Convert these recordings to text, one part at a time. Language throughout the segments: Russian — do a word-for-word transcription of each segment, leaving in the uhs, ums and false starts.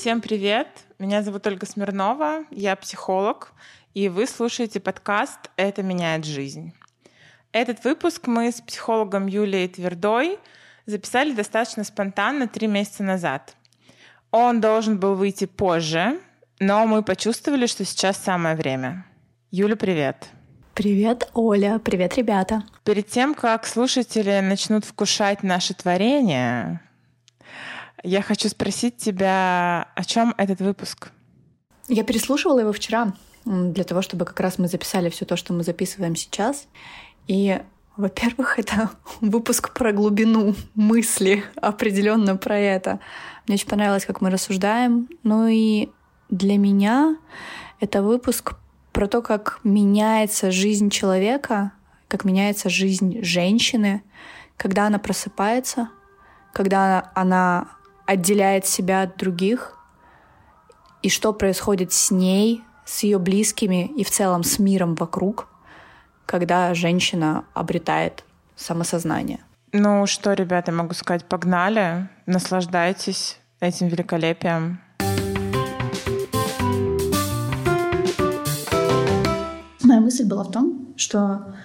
Всем привет! Меня зовут Ольга Смирнова, я психолог, и вы слушаете подкаст «Это меняет жизнь». Этот выпуск мы с психологом Юлией Твердой записали достаточно спонтанно три месяца назад. Он должен был выйти позже, но мы почувствовали, что сейчас самое время. Юля, привет! Привет, Оля! Привет, ребята! Перед тем, как слушатели начнут вкушать наше творение, я хочу спросить тебя, о чем этот выпуск? Я переслушивала его вчера для того, чтобы как раз мы записали все то, что мы записываем сейчас. И, во-первых, это выпуск про глубину мысли, определенно про это. Мне очень понравилось, как мы рассуждаем. Ну и для меня это выпуск про то, как меняется жизнь человека, как меняется жизнь женщины, когда она просыпается, когда она отделяет себя от других, и что происходит с ней, с ее близкими и в целом с миром вокруг, когда женщина обретает самосознание. Ну что, ребята, могу сказать, погнали, наслаждайтесь этим великолепием. Моя мысль была в том, что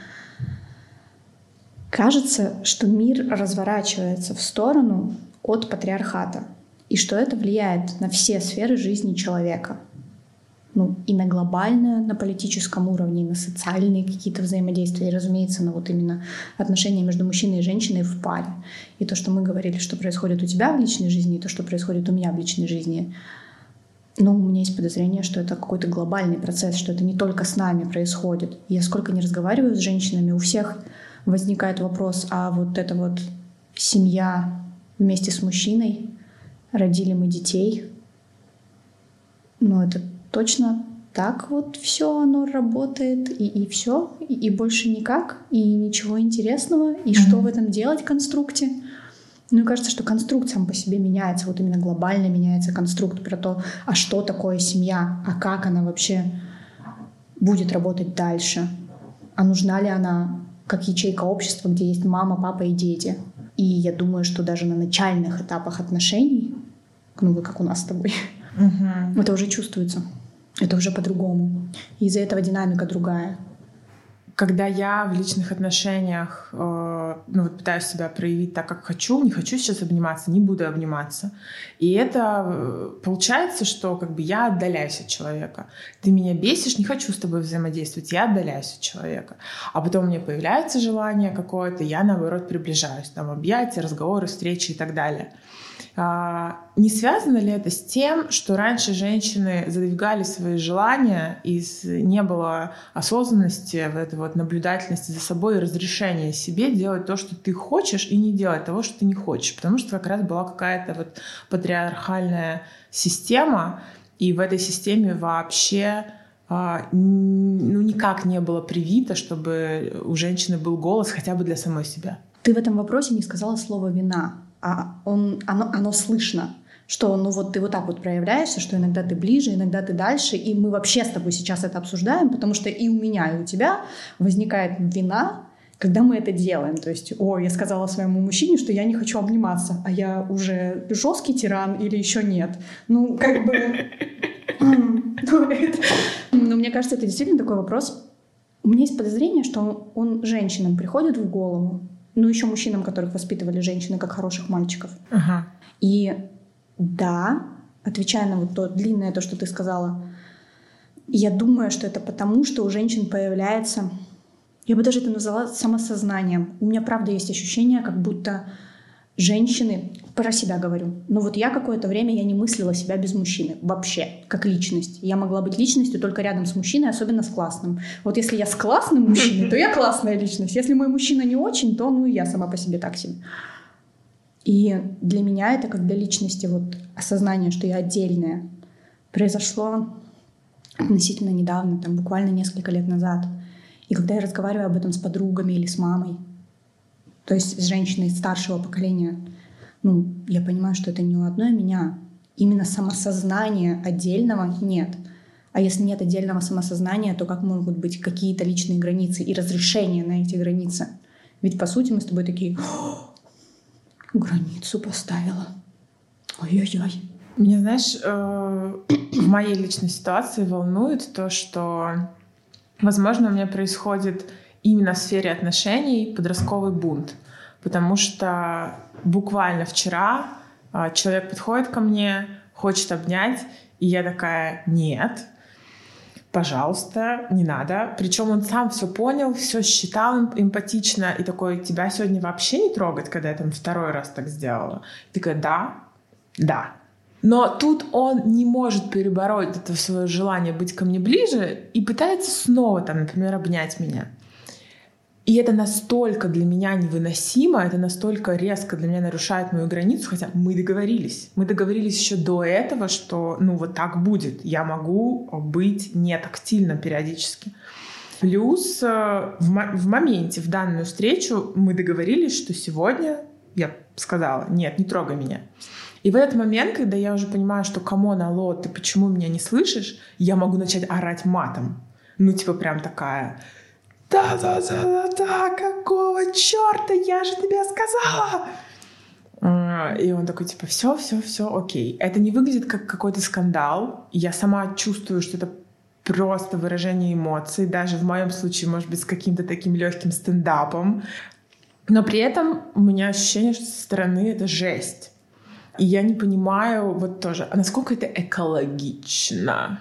кажется, что мир разворачивается в сторону от патриархата, и что это влияет на все сферы жизни человека. Ну, и на глобальное, на политическом уровне, и на социальные какие-то взаимодействия, и, разумеется, на вот именно отношения между мужчиной и женщиной в паре. И то, что мы говорили, что происходит у тебя в личной жизни, и то, что происходит у меня в личной жизни. Ну, у меня есть подозрение, что это какой-то глобальный процесс, что это не только с нами происходит. Я сколько не разговариваю с женщинами, у всех возникает вопрос, а вот эта вот семья вместе с мужчиной, родили мы детей. Ну, это точно так вот все оно работает, и, и все, и, и больше никак, и ничего интересного, и mm-hmm. что в этом делать в конструкте? Ну, кажется, что конструкт сам по себе меняется, вот именно глобально меняется конструкт про то, а что такое семья, а как она вообще будет работать дальше, а нужна ли она как ячейка общества, где есть мама, папа и дети. И я думаю, что даже на начальных этапах отношений, ну, как у нас с тобой, uh-huh. это уже чувствуется. Это уже по-другому. И из-за этого динамика другая. Когда я в личных отношениях э, ну, вот пытаюсь себя проявить так, как хочу, не хочу сейчас обниматься, не буду обниматься. И это э, получается, что как бы я отдаляюсь от человека. Ты меня бесишь, не хочу с тобой взаимодействовать, я отдаляюсь от человека. А потом у меня появляется желание какое-то, я, наоборот, приближаюсь. Там объятия, разговоры, встречи и так далее. А, не связано ли это с тем, что раньше женщины задвигали свои желания, и не было осознанности, в этой вот наблюдательности за собой и разрешения себе делать то, что ты хочешь, и не делать того, что ты не хочешь? Потому что как раз была какая-то вот патриархальная система, и в этой системе вообще а, ну, никак не было привито, чтобы у женщины был голос хотя бы для самой себя. Ты в этом вопросе не сказала слово «вина». А он, оно, оно слышно, что ну вот ты вот так вот проявляешься, что иногда ты ближе, иногда ты дальше, и мы вообще с тобой сейчас это обсуждаем, потому что и у меня, и у тебя возникает вина, когда мы это делаем. То есть, о, я сказала своему мужчине, что я не хочу обниматься, а я уже жесткий тиран или еще нет. Ну, как бы... Но мне кажется, это действительно такой вопрос. У меня есть подозрение, что он женщинам приходит в голову, ну, еще мужчинам, которых воспитывали женщины как хороших мальчиков. Ага. И да, отвечая на вот то длинное, то, что ты сказала, я думаю, что это потому, что у женщин появляется, я бы даже это назвала самосознанием. У меня, правда, есть ощущение, как будто женщины, про себя говорю, но вот я какое-то время я не мыслила себя без мужчины вообще, как личность. Я могла быть личностью только рядом с мужчиной, особенно с классным. Вот если я с классным мужчиной, то я классная личность. Если мой мужчина не очень, то ну и я сама по себе так себе. И для меня это как для личности вот осознание, что я отдельная, произошло относительно недавно, там буквально несколько лет назад. И когда я разговариваю об этом с подругами или с мамой, то есть с женщиной старшего поколения, ну, я понимаю, что это не у одной меня. Именно самосознания отдельного нет. А если нет отдельного самосознания, то как могут быть какие-то личные границы и разрешения на эти границы? Ведь, по сути, мы с тобой такие: границу поставила. Ой-ой-ой. Меня, знаешь, в моей личной ситуации волнует то, что, возможно, у меня происходит именно в сфере отношений подростковый бунт. Потому что буквально вчера человек подходит ко мне, хочет обнять, и я такая: нет, пожалуйста, не надо. Причем он сам все понял, все считал эмпатично, и такой: тебя сегодня вообще не трогать, когда я там второй раз так сделала? И такая: да, да. Но тут он не может перебороть это свое желание быть ко мне ближе и пытается снова, там, например, обнять меня. И это настолько для меня невыносимо, это настолько резко для меня нарушает мою границу, хотя мы договорились. Мы договорились еще до этого, что ну вот так будет. Я могу быть не тактильно периодически. Плюс в, мо- в моменте, в данную встречу мы договорились, что сегодня я сказала: нет, не трогай меня. И в этот момент, когда я уже понимаю, что камон, алло, ты почему меня не слышишь, я могу начать орать матом. Ну типа прям такая: да-да-да-да-да, какого черта, я же тебе сказала! И он такой, типа, все, все, все, окей. Это не выглядит как какой-то скандал. Я сама чувствую, что это просто выражение эмоций. Даже в моем случае, может быть, с каким-то таким легким стендапом. Но при этом у меня ощущение, что со стороны это жесть. И я не понимаю вот тоже, а насколько это экологично?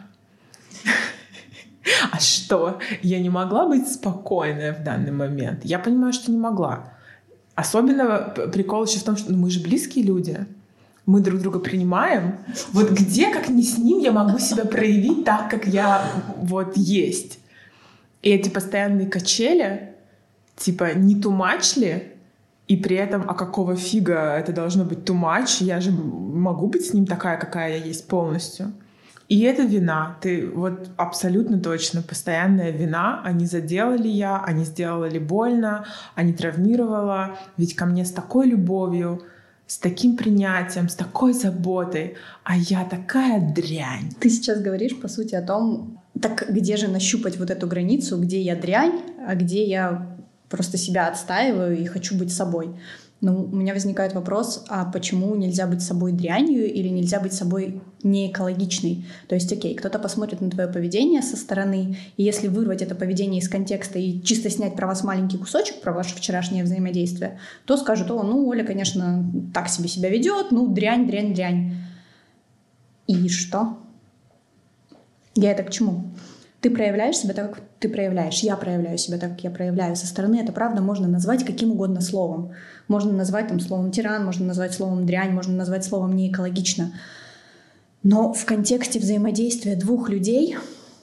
А что? Я не могла быть спокойной в данный момент? Я понимаю, что не могла. Особенно прикол еще в том, что ну, мы же близкие люди. Мы друг друга принимаем. Вот где, как не с ним, я могу себя проявить так, как я вот есть? И эти постоянные качели, типа, не too much ли? И при этом, а какого фига это должно быть too much? Я же могу быть с ним такая, какая я есть полностью. И это вина. Ты вот абсолютно точно. Постоянная вина. А не задела ли я, а не сделала ли больно, а не травмировала. Ведь ко мне с такой любовью, с таким принятием, с такой заботой. А я такая дрянь. Ты сейчас говоришь, по сути, о том, так где же нащупать вот эту границу, где я дрянь, а где я просто себя отстаиваю и хочу быть собой. Но у меня возникает вопрос, а почему нельзя быть собой дрянью или нельзя быть собой не экологичной? То есть, окей, кто-то посмотрит на твое поведение со стороны, и если вырвать это поведение из контекста и чисто снять про вас маленький кусочек, про ваше вчерашнее взаимодействие, то скажут: о, ну, Оля, конечно, так себе себя ведет, ну, дрянь, дрянь, дрянь. И что? Я это к чему? Ты проявляешь себя так, как ты проявляешь. Я проявляю себя так, как я проявляю. Со стороны это, правда, можно назвать каким угодно словом. Можно назвать там словом тиран, можно назвать словом дрянь, можно назвать словом неэкологично. Но в контексте взаимодействия двух людей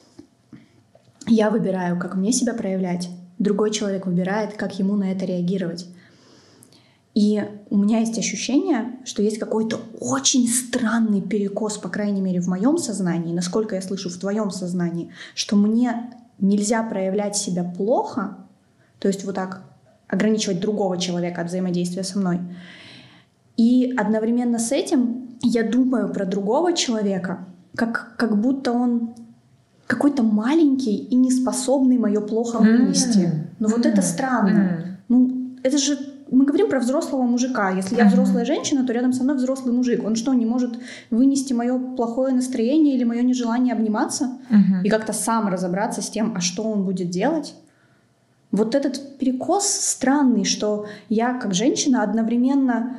я выбираю, как мне себя проявлять. Другой человек выбирает, как ему на это реагировать. И у меня есть ощущение, что есть какой-то очень странный перекос, по крайней мере, в моем сознании, насколько я слышу в твоем сознании, что мне нельзя проявлять себя плохо, то есть вот так ограничивать другого человека от взаимодействия со мной. И одновременно с этим я думаю про другого человека, как, как будто он какой-то маленький и не способный мое плохо вынести. Mm-hmm. Но вот mm-hmm. это странно. Mm-hmm. Ну, это же мы говорим про взрослого мужика. Если я взрослая женщина, то рядом со мной взрослый мужик. Он что, не может вынести мое плохое настроение или мое нежелание обниматься uh-huh. и как-то сам разобраться с тем, а что он будет делать? Вот этот перекос странный, что я как женщина одновременно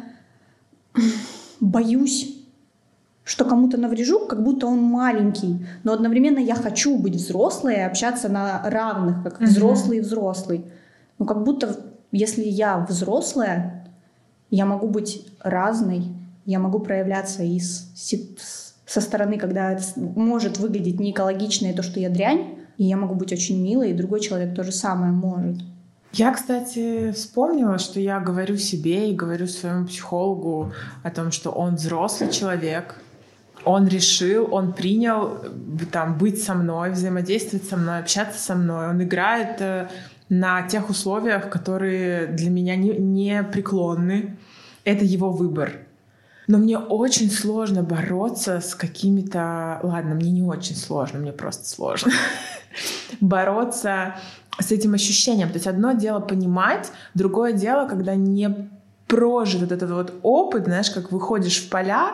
боюсь, что кому-то наврежу, как будто он маленький, но одновременно я хочу быть взрослой и общаться на равных, как uh-huh. взрослый и взрослый. Ну, как будто если я взрослая, я могу быть разной, я могу проявляться и с, со стороны, когда это может выглядеть неэкологично, и то, что я дрянь, и я могу быть очень милой, и другой человек то же самое может. Я, кстати, вспомнила, что я говорю себе и говорю своему психологу о том, что он взрослый человек, он решил, он принял там, быть со мной, взаимодействовать со мной, общаться со мной, он играет на тех условиях, которые для меня не, не преклонны. Это его выбор. Но мне очень сложно бороться с какими-то... Ладно, мне не очень сложно, мне просто сложно. Бороться с этим ощущением. То есть одно дело понимать, другое дело, когда не прожит вот этот вот опыт, знаешь, как выходишь в поля,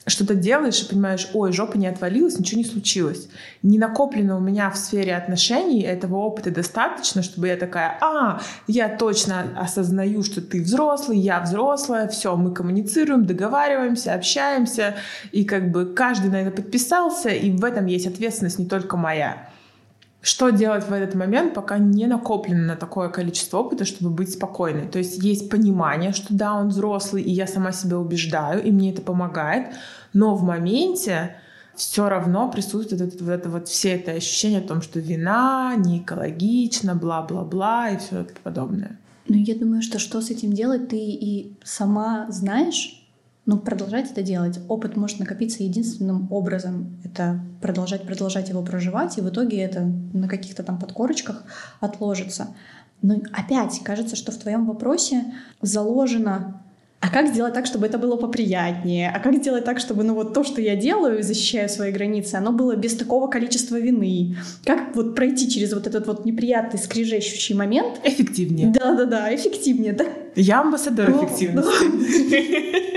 что-то делаешь и понимаешь, ой, жопа не отвалилась, ничего не случилось. Не накоплено у меня в сфере отношений этого опыта достаточно, чтобы я такая, а, я точно осознаю, что ты взрослый, я взрослая, все, мы коммуницируем, договариваемся, общаемся, и как бы каждый на это подписался, и в этом есть ответственность не только моя. Что делать в этот момент, пока не накоплено на такое количество опыта, чтобы быть спокойной? То есть есть понимание, что да, он взрослый, и я сама себя убеждаю, и мне это помогает, но в моменте все равно присутствует это, вот это вот все это ощущение о том, что вина, не экологично, бла-бла-бла и все это подобное. Ну, я думаю, что что с этим делать, ты и сама знаешь. Но продолжать это делать. Опыт может накопиться единственным образом. Это продолжать, продолжать его проживать, и в итоге это на каких-то там подкорочках отложится. Но опять кажется, что в твоем вопросе заложено: а как сделать так, чтобы это было поприятнее? А как сделать так, чтобы ну вот то, что я делаю, защищаю свои границы, оно было без такого количества вины? Как вот пройти через вот этот вот неприятный, скрежещущий момент? Эффективнее. Да-да-да, эффективнее. Да? Я амбассадор ну, эффективности.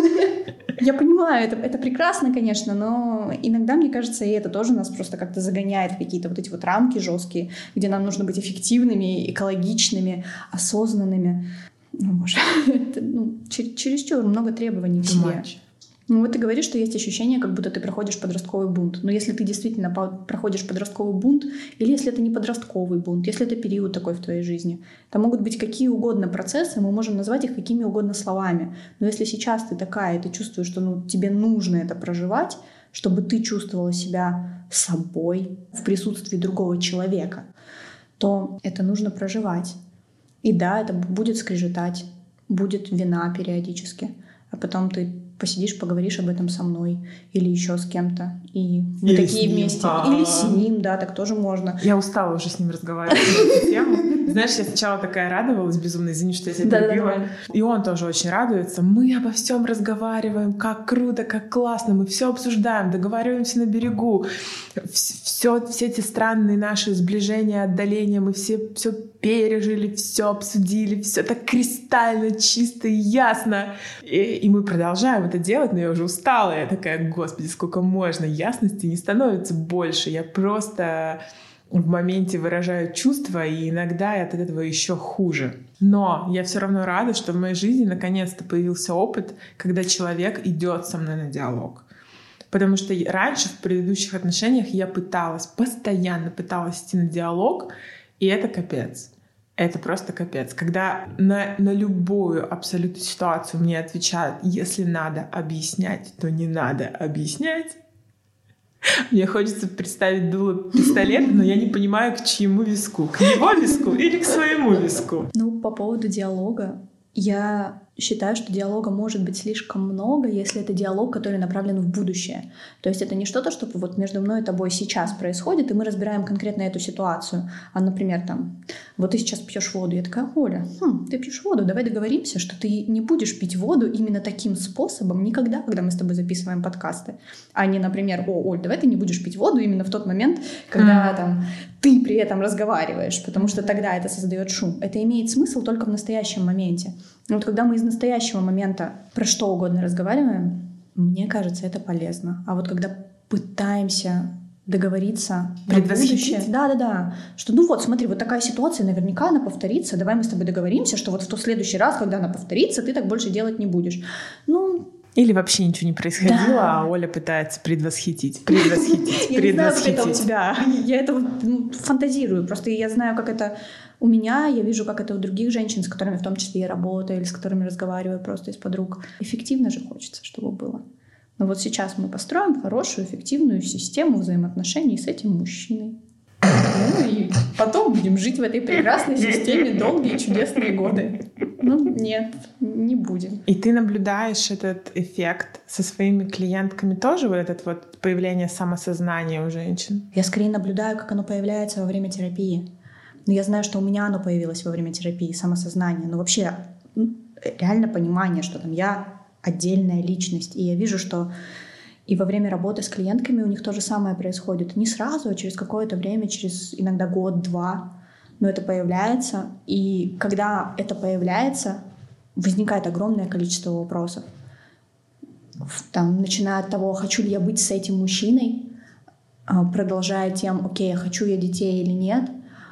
Я понимаю, это, это прекрасно, конечно, но иногда, мне кажется, и это тоже нас просто как-то загоняет в какие-то вот эти вот рамки жесткие, где нам нужно быть эффективными, экологичными, осознанными. Ну, боже, это, ну, чер- чересчур много требований к себе. Ну вот ты говоришь, что есть ощущение, как будто ты проходишь подростковый бунт. Но если ты действительно по- проходишь подростковый бунт, или если это не подростковый бунт, если это период такой в твоей жизни, там могут быть какие угодно процессы, мы можем назвать их какими угодно словами. Но если сейчас ты такая, и ты чувствуешь, что ну, тебе нужно это проживать, чтобы ты чувствовала себя собой в присутствии другого человека, то это нужно проживать. И да, это будет скрежетать, будет вина периодически, а потом ты посидишь, поговоришь об этом со мной или еще с кем-то. И мы или такие вместе. А-а-а. Или с ним, да, так тоже можно. Я устала уже с ним разговаривать на эту тему. Знаешь, я сначала такая радовалась безумно, извини, что я тебя перебила. И он тоже очень радуется. Мы обо всем разговариваем, как круто, как классно, мы все обсуждаем, договариваемся на берегу. Все, все эти странные наши сближения, отдаления, мы все, все пережили, все обсудили, все так кристально, чисто и ясно. И, и мы продолжаем это делать, но я уже устала. Я такая, господи, сколько можно. Ясности не становится больше. Я просто в моменте выражаю чувства, и иногда от этого еще хуже. Но я все равно рада, что в моей жизни наконец-то появился опыт, когда человек идет со мной на диалог. Потому что раньше в предыдущих отношениях я пыталась, постоянно пыталась идти на диалог, и это капец. Это просто капец. Когда на, на любую абсолютно ситуацию мне отвечают, если надо объяснять, то не надо объяснять. Мне хочется представить дуло пистолета, но я не понимаю, к чьему виску. К его виску или к своему виску? Ну, по поводу диалога. Я считаю, что диалога может быть слишком много, если это диалог, который направлен в будущее. То есть это не что-то, что вот между мной и тобой сейчас происходит, и мы разбираем конкретно эту ситуацию. А, например, там, вот ты сейчас пьешь воду. Я такая, Оля, хм, ты пьешь воду, давай договоримся, что ты не будешь пить воду именно таким способом никогда, когда мы с тобой записываем подкасты. А не, например, о, Оль, давай ты не будешь пить воду именно в тот момент, когда mm. там, ты при этом разговариваешь, потому что тогда это создает шум. Это имеет смысл только в настоящем моменте. Но вот когда мы из настоящего момента про что угодно разговариваем, мне кажется, это полезно. А вот когда пытаемся договориться на будущее, да-да-да, что ну вот, смотри, вот такая ситуация, наверняка она повторится, давай мы с тобой договоримся, что вот в тот следующий раз, когда она повторится, ты так больше делать не будешь. Ну... Или вообще ничего не происходило, да. А Оля пытается предвосхитить, предвосхитить, я предвосхитить. Я не знаю, как это у тебя. Я это ну, фантазирую. Просто я знаю, как это у меня, я вижу, как это у других женщин, с которыми в том числе я работаю, или с которыми разговариваю просто из подруг. Эффективно же хочется, чтобы было. Но вот сейчас мы построим хорошую, эффективную систему взаимоотношений с этим мужчиной. Ну и потом будем жить в этой прекрасной системе долгие чудесные годы. Ну, нет, не будем. И ты наблюдаешь этот эффект со своими клиентками тоже, вот этот вот появление самосознания у женщин? Я скорее наблюдаю, как оно появляется во время терапии. Но я знаю, что у меня оно появилось во время терапии, самосознание. Но вообще реально понимание, что там я отдельная личность. И я вижу, что и во время работы с клиентками у них то же самое происходит. Не сразу, а через какое-то время, через иногда год-два. Но это появляется. И когда это появляется, возникает огромное количество вопросов. там, начиная от того, хочу ли я быть с этим мужчиной, продолжая тем, окей, хочу я детей или нет,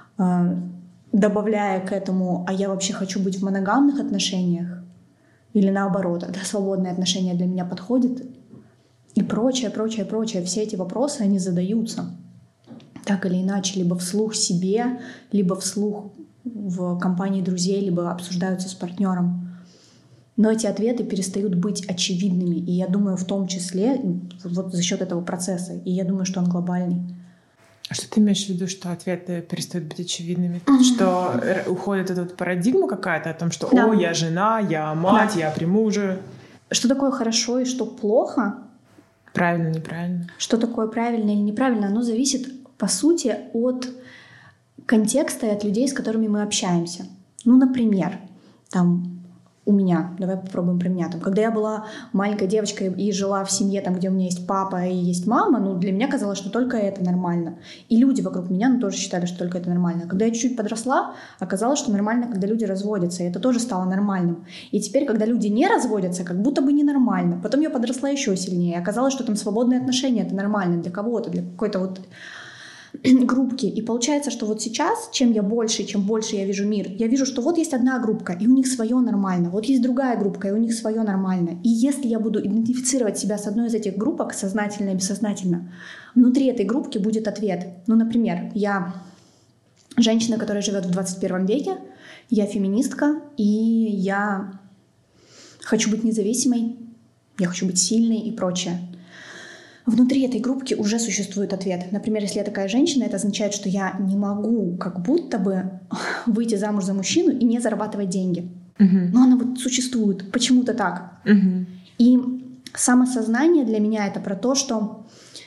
добавляя к этому, а я вообще хочу быть в моногамных отношениях или наоборот, да, свободные отношения для меня подходят, и прочее, прочее, прочее. Все эти вопросы, они задаются так или иначе, либо вслух себе, либо вслух в компании друзей, либо обсуждаются с партнером. Но эти ответы перестают быть очевидными. И я думаю, в том числе вот за счет этого процесса. И я думаю, что он глобальный. А что ты имеешь в виду, что ответы перестают быть очевидными? Mm-hmm. Что уходит эта вот парадигма какая-то о том, что да. «О, я жена, я мать, да. я приму уже». Что такое хорошо и что плохо? Правильно, неправильно. Что такое правильно или неправильно, оно зависит, по сути, от контекста и от людей, с которыми мы общаемся. Ну, например, там у меня, давай попробуем про меня. Там, когда я была маленькой девочкой и жила в семье, там, где у меня есть папа и есть мама, ну, для меня казалось, что только это нормально. И люди вокруг меня ну, тоже считали, что только это нормально. Когда я чуть-чуть подросла, оказалось, что нормально, когда люди разводятся, и это тоже стало нормальным. И теперь, когда люди не разводятся, как будто бы ненормально. Потом я подросла еще сильнее, и оказалось, что там свободные отношения — это нормально для кого-то, для какой-то вот группки. И получается, что вот сейчас, чем я больше, чем больше я вижу мир, я вижу, что вот есть одна группа, и у них свое нормально, вот есть другая группа, и у них свое нормально. И если я буду идентифицировать себя с одной из этих группок, сознательно и бессознательно, внутри этой группки будет ответ. Ну, например, я женщина, которая живет в двадцать первом веке, я феминистка, и я хочу быть независимой, я хочу быть сильной и прочее. Внутри этой группки уже существует ответ. Например, если я такая женщина, это означает, что я не могу как будто бы выйти замуж за мужчину и не зарабатывать деньги. Uh-huh. Но она вот существует почему-то так. Uh-huh. И самосознание для меня — это про то, что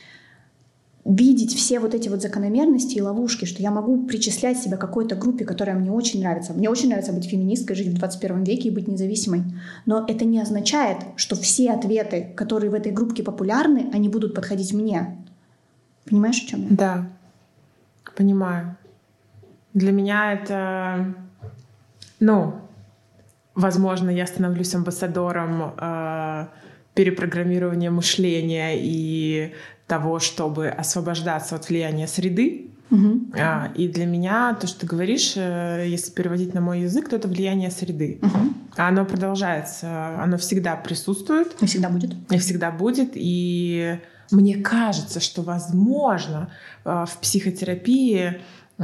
видеть все вот эти вот закономерности и ловушки, что я могу причислять себя к какой-то группе, которая мне очень нравится. Мне очень нравится быть феминисткой, жить в двадцать первом веке и быть независимой. Но это не означает, что все ответы, которые в этой группе популярны, они будут подходить мне. Понимаешь, о чем я? Да, понимаю. Для меня это, ну, возможно, я становлюсь амбассадором э, перепрограммирования мышления и того, чтобы освобождаться от влияния среды. Uh-huh. А, и для меня то, что ты говоришь, если переводить на мой язык, то это влияние среды. Uh-huh. Оно продолжается, оно всегда присутствует. И всегда будет. И всегда будет. И мне кажется, что, возможно, в психотерапии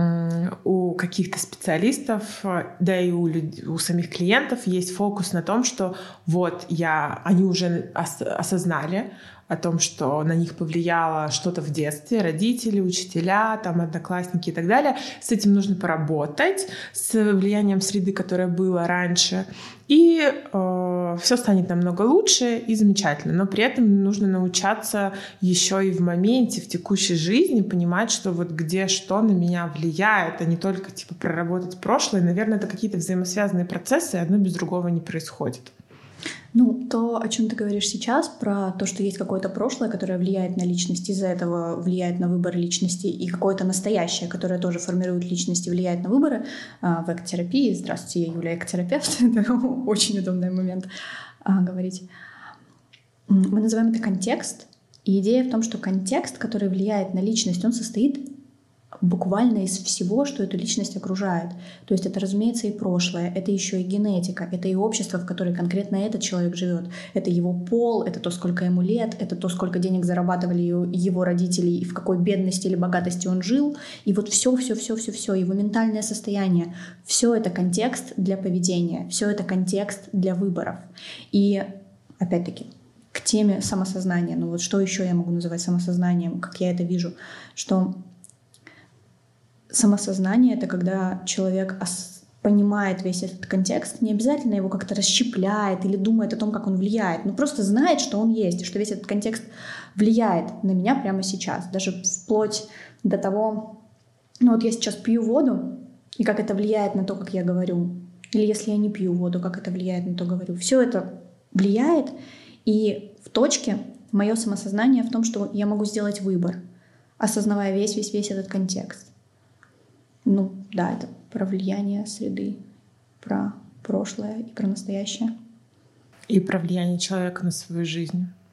у каких-то специалистов, да и у, люд... у самих клиентов есть фокус на том, что вот я, они уже ос... осознали о том, что на них повлияло что-то в детстве, родители, учителя, там, одноклассники и так далее. С этим нужно поработать, с влиянием среды, которое было раньше, и э, все станет намного лучше и замечательно. Но при этом нужно научаться еще и в моменте, в текущей жизни понимать, что вот где что на меня влияет, а не только типа проработать прошлое. Наверное, это какие-то взаимосвязанные процессы, и одно без другого не происходит. Ну, то, о чем ты говоришь сейчас, про то, что есть какое-то прошлое, которое влияет на личность, из-за этого влияет на выбор личности, и какое-то настоящее, которое тоже формирует личность и влияет на выборы, в экотерапии. Здравствуйте, я Юля, экотерапевт. Это очень удобный момент говорить. Мы называем это контекст, и идея в том, что контекст, который влияет на личность, он состоит буквально из всего, что эту личность окружает. То есть это, разумеется, и прошлое, это еще и генетика, это и общество, в котором конкретно этот человек живет. Это его пол, это то, сколько ему лет, это то, сколько денег зарабатывали его родители, и в какой бедности или богатости он жил. И вот все, все, все, все, все, его ментальное состояние, все это контекст для поведения, все это контекст для выборов. И опять-таки к теме самосознания. Ну вот что еще я могу называть самосознанием, как я это вижу, что самосознание — это когда человек ос- понимает весь этот контекст, не обязательно его как-то расщепляет или думает о том, как он влияет, но просто знает, что он есть, и что весь этот контекст влияет на меня прямо сейчас. Даже вплоть до того, ну вот я сейчас пью воду, и как это влияет на то, как я говорю. Или если я не пью воду, как это влияет на то, как говорю. Все это влияет, и в точке мое самосознание в том, что я могу сделать выбор, осознавая весь-весь-весь этот контекст. Ну, да, это про влияние среды, про прошлое и про настоящее. И про влияние человека на свою жизнь.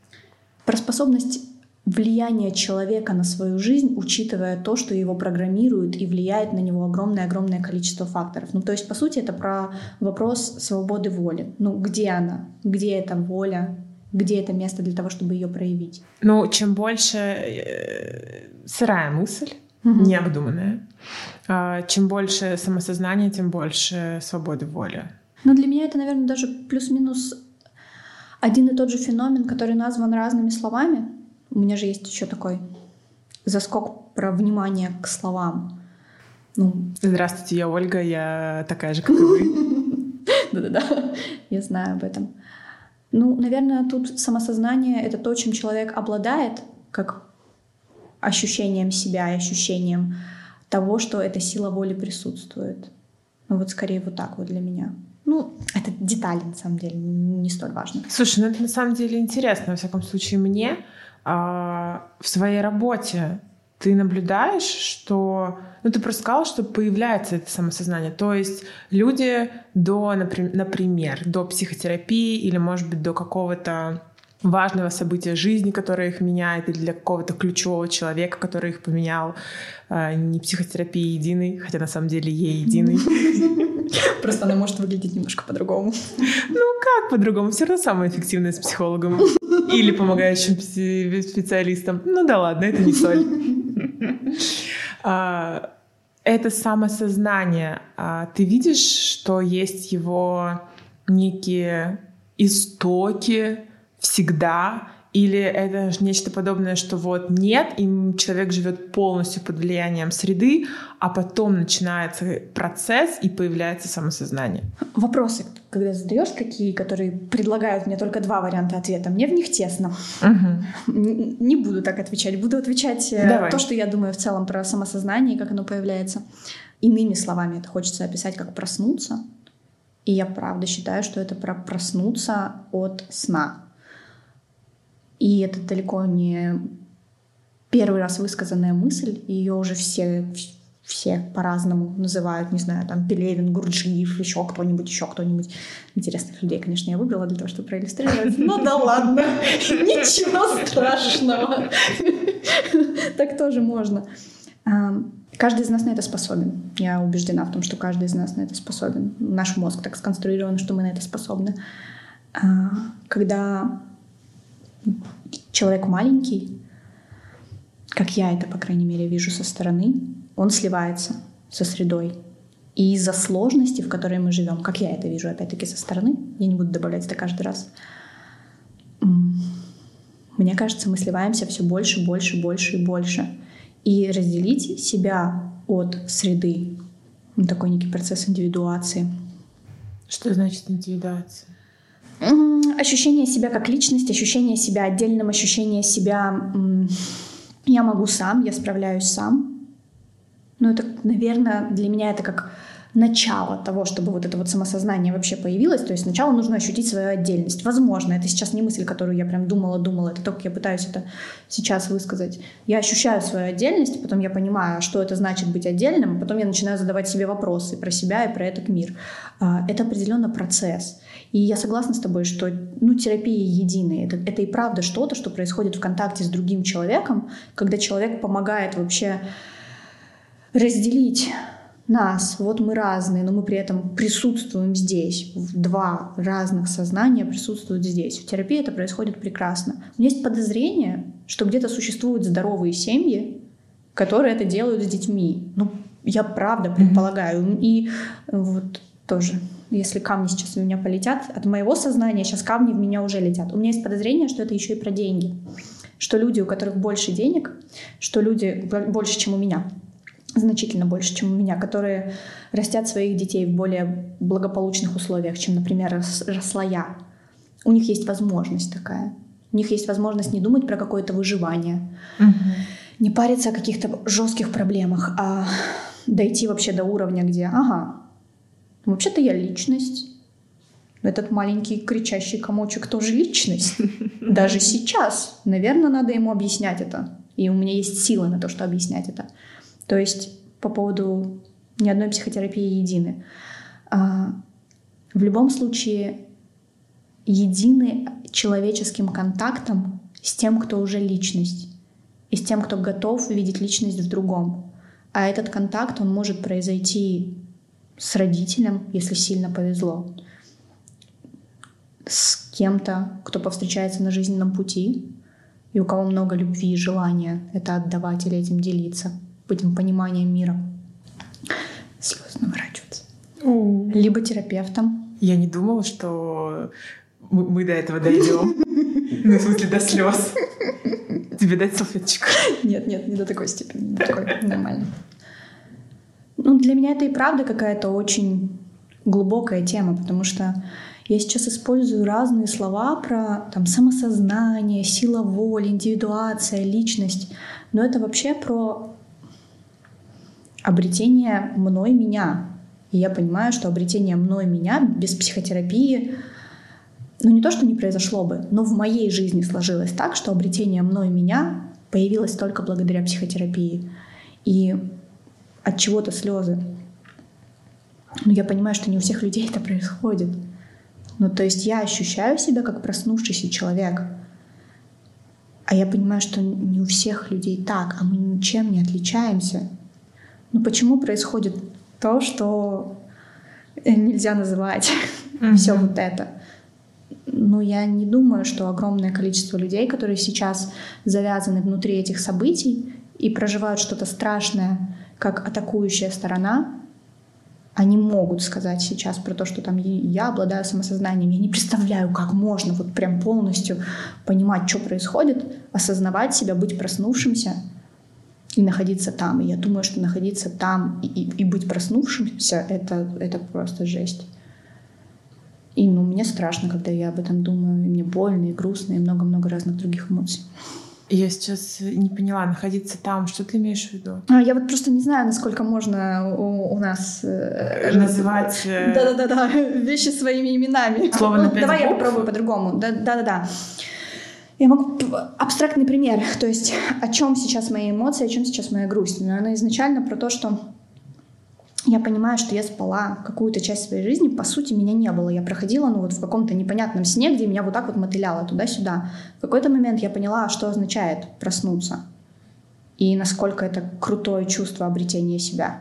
Про способность влияния человека на свою жизнь, учитывая то, что его программируют и влияет на него огромное-огромное количество факторов. Ну, то есть, по сути, это про вопрос свободы воли. Ну, где она? Где эта воля? Где это место для того, чтобы ее проявить? Ну, чем больше э, сырая мысль, угу. необдуманная, э, чем больше самосознания, тем больше свободы воли. Ну, для меня это, наверное, даже плюс-минус один и тот же феномен, который назван разными словами. У меня же есть еще такой заскок про внимание к словам. Ну. Здравствуйте, я Ольга, я такая же, как и вы. Да-да-да, я знаю об этом. Ну, наверное, тут самосознание — это то, чем человек обладает, как ощущением себя и ощущением того, что эта сила воли присутствует. Ну вот скорее вот так вот для меня. Ну, это детали, на самом деле, не столь важно. Слушай, ну это на самом деле интересно, во всяком случае, мне. А, в своей работе ты наблюдаешь, что... Ну, ты просто сказала, что появляется это самосознание. То есть люди до, например, до психотерапии или, может быть, до какого-то важного события жизни, которое их меняет, или для какого-то ключевого человека, который их поменял, не психотерапии единой, хотя на самом деле ей единой. Просто она может выглядеть немножко по-другому. Ну, как по-другому? Все равно самое эффективное с психологом или помогающим специалистом. Ну да ладно, это не соль. Это самосознание. Ты видишь, что есть его некие истоки всегда? Или это нечто подобное, что вот нет, и человек живет полностью под влиянием среды, а потом начинается процесс и появляется самосознание? Вопросы, когда задаешь такие, которые предлагают мне только два варианта ответа, мне в них тесно. Угу. Не буду так отвечать. Буду отвечать Давай. то, что я думаю в целом про самосознание и как оно появляется. Иными словами, это хочется описать как проснуться. И я правда считаю, что это про проснуться от сна. И это далеко не первый раз высказанная мысль. Ее уже все, все по-разному называют. Не знаю, там Пелевин, Гурджиев, еще кто-нибудь, еще кто-нибудь. Интересных людей, конечно, я выбрала для того, чтобы проиллюстрировать. Ну да ладно, ничего страшного. Так тоже можно. Каждый из нас на это способен. Я убеждена в том, что каждый из нас на это способен. Наш мозг так сконструирован, что мы на это способны. Когда человек маленький, как я это, по крайней мере, вижу со стороны, он сливается со средой. И из-за сложности, в которой мы живем, как я это вижу, опять-таки, со стороны, я не буду добавлять это каждый раз, мне кажется, мы сливаемся все больше, больше, больше и больше. И разделить себя от среды, такой некий процесс индивидуации. Что значит индивидуация? Ощущение себя как личность, ощущение себя отдельным, ощущение себя «я могу сам, я справляюсь сам». Ну, это, наверное, для меня это как начало того, чтобы вот это вот самосознание вообще появилось. То есть сначала нужно ощутить свою отдельность. Возможно, это сейчас не мысль, которую я прям думала-думала, это только я пытаюсь это сейчас высказать. Я ощущаю свою отдельность, потом я понимаю, что это значит быть отдельным, потом я начинаю задавать себе вопросы про себя и про этот мир. Это определенно процесс. И я согласна с тобой, что ну, терапия единая. Это, это и правда что-то, что происходит в контакте с другим человеком, когда человек помогает вообще разделить нас. Вот мы разные, но мы при этом присутствуем здесь. Два разных сознания присутствуют здесь. В терапии это происходит прекрасно. У меня есть подозрение, что где-то существуют здоровые семьи, которые это делают с детьми. Ну, я правда предполагаю. Mm-hmm. И вот тоже... Если камни сейчас в меня полетят, от моего сознания сейчас камни в меня уже летят. У меня есть подозрение, что это еще и про деньги. Что люди, у которых больше денег, что люди больше, чем у меня, значительно больше, чем у меня, которые растят своих детей в более благополучных условиях, чем, например, росла я. У них есть возможность такая. У них есть возможность не думать про какое-то выживание, угу. не париться о каких-то жестких проблемах, а дойти вообще до уровня, где, ага, вообще-то я личность. Этот маленький кричащий комочек тоже личность. Даже сейчас. Наверное, надо ему объяснять это. И у меня есть силы на то, что объяснять это. То есть по поводу ни одной психотерапии едины. В любом случае, едины человеческим контактом с тем, кто уже личность, и с тем, кто готов видеть личность в другом. А этот контакт, он может произойти с родителем, если сильно повезло, с кем-то, кто повстречается на жизненном пути, и у кого много любви и желания это отдавать или этим делиться, этим пониманием мира. Слезы наворачиваются. Mm. Либо терапевтом. Я не думала, что мы, мы до этого дойдем. Ну, в смысле, до слез. Тебе дать салфеточку? Нет, нет, не до такой степени. Не до такой. Нормально. Ну, для меня это и правда какая-то очень глубокая тема, потому что я сейчас использую разные слова про там, самосознание, сила воли, индивидуация, личность. Но это вообще про обретение мной меня. И я понимаю, что обретение мной меня без психотерапии, ну не то, что не произошло бы, но в моей жизни сложилось так, что обретение мной меня появилось только благодаря психотерапии. И от чего-то слезы. Но я понимаю, что не у всех людей это происходит. Ну, то есть я ощущаю себя как проснувшийся человек. А я понимаю, что не у всех людей так, а мы ничем не отличаемся. Ну, почему происходит то, что нельзя называть mm-hmm. все вот это? Ну, я не думаю, что огромное количество людей, которые сейчас завязаны внутри этих событий и проживают что-то страшное, как атакующая сторона, они могут сказать сейчас про то, что там я обладаю самосознанием. Я не представляю, как можно вот прям полностью понимать, что происходит, осознавать себя, быть проснувшимся и находиться там. И я думаю, что находиться там и, и, и быть проснувшимся — это, это просто жесть. И ну, мне страшно, когда я об этом думаю. И мне больно, и грустно, и много-много разных других эмоций. Я сейчас не поняла, находиться там, что ты имеешь в виду? А, я вот просто не знаю, насколько можно у, у нас э, называть э... да-да-да, вещи своими именами. Слово на пять Давай букв? Я попробую по-другому. Да-да-да. Я могу абстрактный пример. То есть о чем сейчас мои эмоции, о чем сейчас моя грусть. Но она изначально про то, что я понимаю, что я спала какую-то часть своей жизни, по сути, меня не было. Я проходила ну, вот в каком-то непонятном сне, где меня вот так вот мотыляло туда-сюда. В какой-то момент я поняла, что означает проснуться. И насколько это крутое чувство обретения себя.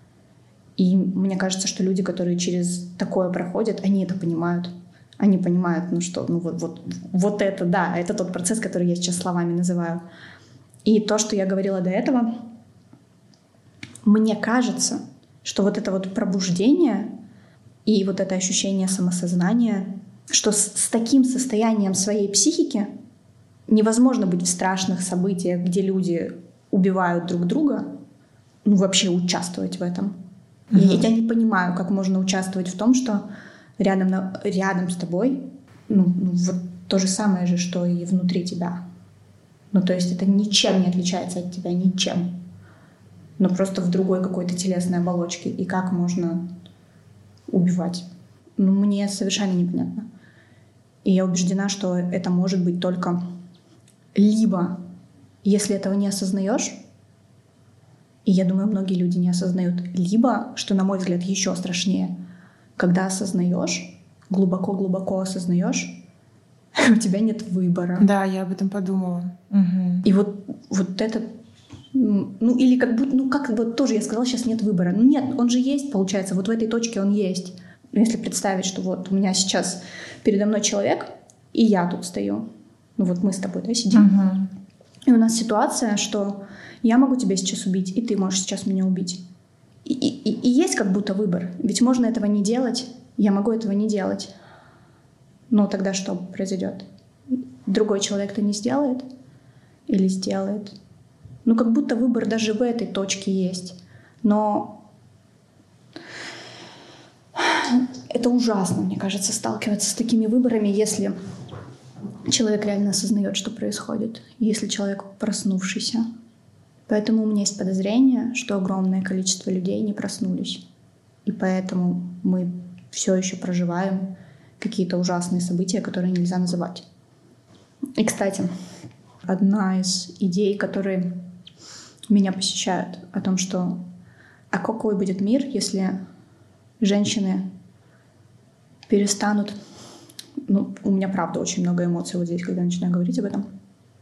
И мне кажется, что люди, которые через такое проходят, они это понимают. Они понимают, ну что, ну вот, вот, вот это, да, это тот процесс, который я сейчас словами называю. И то, что я говорила до этого, мне кажется, что вот это вот пробуждение и вот это ощущение самосознания, что с, с таким состоянием своей психики невозможно быть в страшных событиях, где люди убивают друг друга, ну вообще участвовать в этом. Mm-hmm. Я, я не понимаю, как можно участвовать в том, что рядом, на, рядом с тобой ну, ну, вот то же самое же, что и внутри тебя. Ну то есть это ничем не отличается от тебя, ничем. Но просто в другой какой-то телесной оболочке. И как можно убивать? Ну, мне совершенно непонятно. И я убеждена, что это может быть только либо, если этого не осознаешь, и я думаю, многие люди не осознают, либо, что, на мой взгляд, еще страшнее, когда осознаешь, глубоко-глубоко осознаешь, у тебя нет выбора. Да, я об этом подумала. Угу. И вот, вот это ну, или как будто, ну, как вот тоже я сказала, сейчас нет выбора. Ну, нет, он же есть, получается, вот в этой точке он есть. Если представить, что вот у меня сейчас передо мной человек, и я тут стою. Ну, вот мы с тобой, да, сидим. Uh-huh. И у нас ситуация, что я могу тебя сейчас убить, и ты можешь сейчас меня убить. И, и, и есть как будто выбор. Ведь можно этого не делать, я могу этого не делать. Но тогда что произойдет? Другой человек-то не сделает или сделает? Ну, как будто выбор даже в этой точке есть. Но это ужасно, мне кажется, сталкиваться с такими выборами, если человек реально осознает, что происходит, если человек проснувшийся. Поэтому у меня есть подозрение, что огромное количество людей не проснулись. И поэтому мы все еще проживаем какие-то ужасные события, которые нельзя называть. И, кстати, одна из идей, которые меня посещают, о том, что а какой будет мир, если женщины перестанут... Ну, у меня, правда, очень много эмоций вот здесь, когда я начинаю говорить об этом.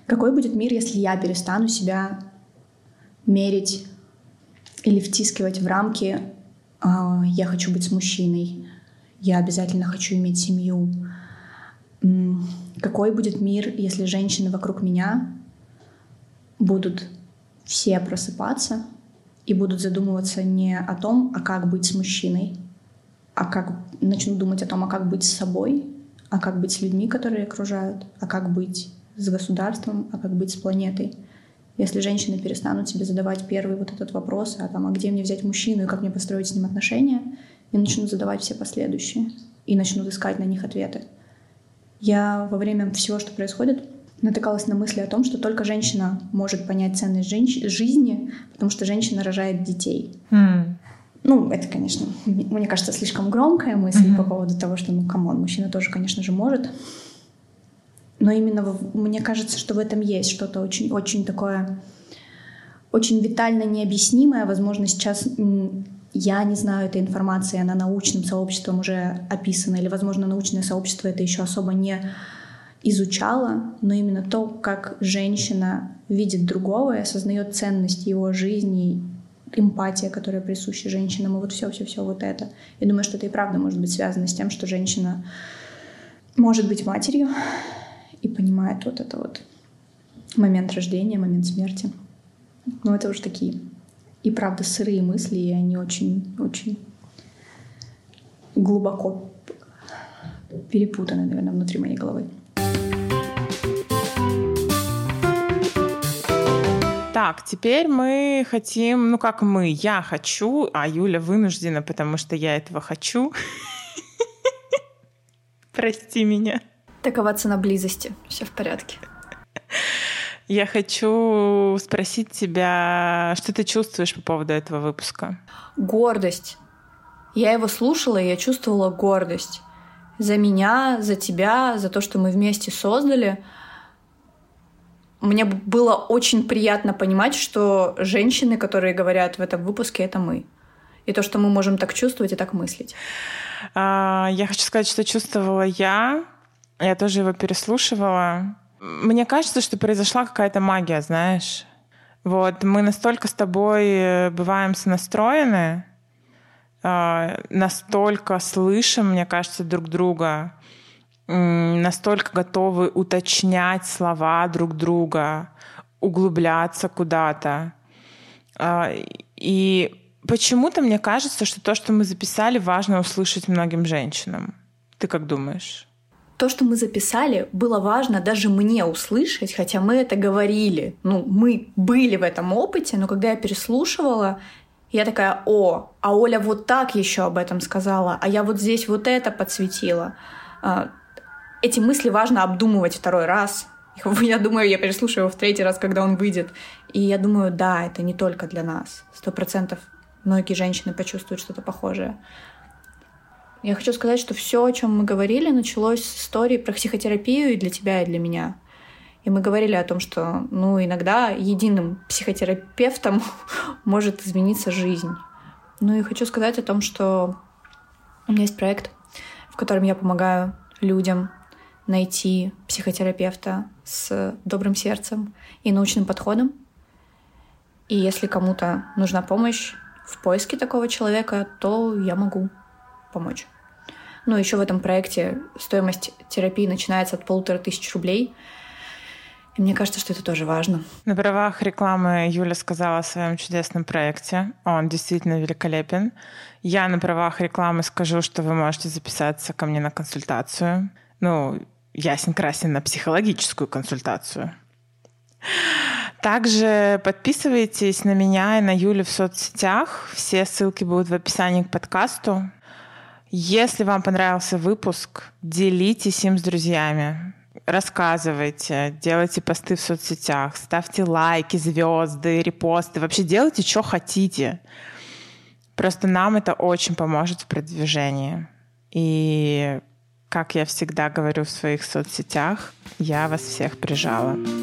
Какой будет мир, если я перестану себя мерить или втискивать в рамки «я хочу быть с мужчиной», «я обязательно хочу иметь семью». Какой будет мир, если женщины вокруг меня будут все просыпаться и будут задумываться не о том, а как быть с мужчиной, а как начнут думать о том, а как быть с собой, а как быть с людьми, которые окружают, а как быть с государством, а как быть с планетой. Если женщины перестанут себе задавать первый вот этот вопрос, а там, а где мне взять мужчину и как мне построить с ним отношения, и начнут задавать все последующие, и начнут искать на них ответы. Я во время всего, что происходит, натыкалась на мысли о том, что только женщина может понять ценность женщ- жизни, потому что женщина рожает детей. Mm. Ну, это, конечно, мне кажется, слишком громкая мысль mm-hmm. по поводу того, что, ну, камон, мужчина тоже, конечно же, может. Но именно в, мне кажется, что в этом есть что-то очень, очень такое, очень витально необъяснимое. Возможно, сейчас я не знаю этой информации, она научным сообществом уже описана, или, возможно, научное сообщество это еще особо не изучало, но именно то, как женщина видит другого и осознает ценность его жизни, эмпатия, которая присуща женщинам, и вот все-все-все вот это. Я думаю, что это и правда может быть связано с тем, что женщина может быть матерью и понимает вот это вот момент рождения, момент смерти. Но это уже такие и правда сырые мысли, и они очень-очень глубоко перепутаны, наверное, внутри моей головы. Так, теперь мы хотим, ну как мы, я хочу, а Юля вынуждена, потому что я этого хочу. Прости меня. Такова цена близости. Все в порядке. Я хочу спросить тебя, что ты чувствуешь по поводу этого выпуска? Гордость. Я его слушала, и я чувствовала гордость. За меня, за тебя, за то, что мы вместе создали. Мне было очень приятно понимать, что женщины, которые говорят в этом выпуске, это мы. И то, что мы можем так чувствовать и так мыслить. Я хочу сказать, что чувствовала я. Я тоже его переслушивала. Мне кажется, что произошла какая-то магия, знаешь. Вот мы настолько с тобой бываем сонастроены, настолько слышим, мне кажется, друг друга, настолько готовы уточнять слова друг друга, углубляться куда-то. И почему-то мне кажется, что то, что мы записали, важно услышать многим женщинам. Ты как думаешь? То, что мы записали, было важно даже мне услышать, хотя мы это говорили. Ну, мы были в этом опыте, но когда я переслушивала, я такая: о, а Оля вот так еще об этом сказала, а я вот здесь вот это подсветила. Эти мысли важно обдумывать второй раз. Я думаю, я переслушаю его в третий раз, когда он выйдет. И я думаю, да, это не только для нас. Сто процентов многие женщины почувствуют что-то похожее. Я хочу сказать, что все, о чем мы говорили, началось с истории про психотерапию и для тебя, и для меня. И мы говорили о том, что ну, иногда единым психотерапевтом может измениться жизнь. Ну и хочу сказать о том, что у меня есть проект, в котором я помогаю людям найти психотерапевта с добрым сердцем и научным подходом. И если кому-то нужна помощь в поиске такого человека, то я могу помочь. Ну, еще в этом проекте стоимость терапии начинается от полутора тысяч рублей. И мне кажется, что это тоже важно. На правах рекламы Юля сказала о своем чудесном проекте. Он действительно великолепен. Я на правах рекламы скажу, что вы можете записаться ко мне на консультацию. Ну, ясен-красен, на психологическую консультацию. Также подписывайтесь на меня и на Юлю в соцсетях. Все ссылки будут в описании к подкасту. Если вам понравился выпуск, делитесь им с друзьями. Рассказывайте, делайте посты в соцсетях, ставьте лайки, звезды, репосты. Вообще делайте, что хотите. Просто нам это очень поможет в продвижении. И, как я всегда говорю в своих соцсетях, я вас всех прижала.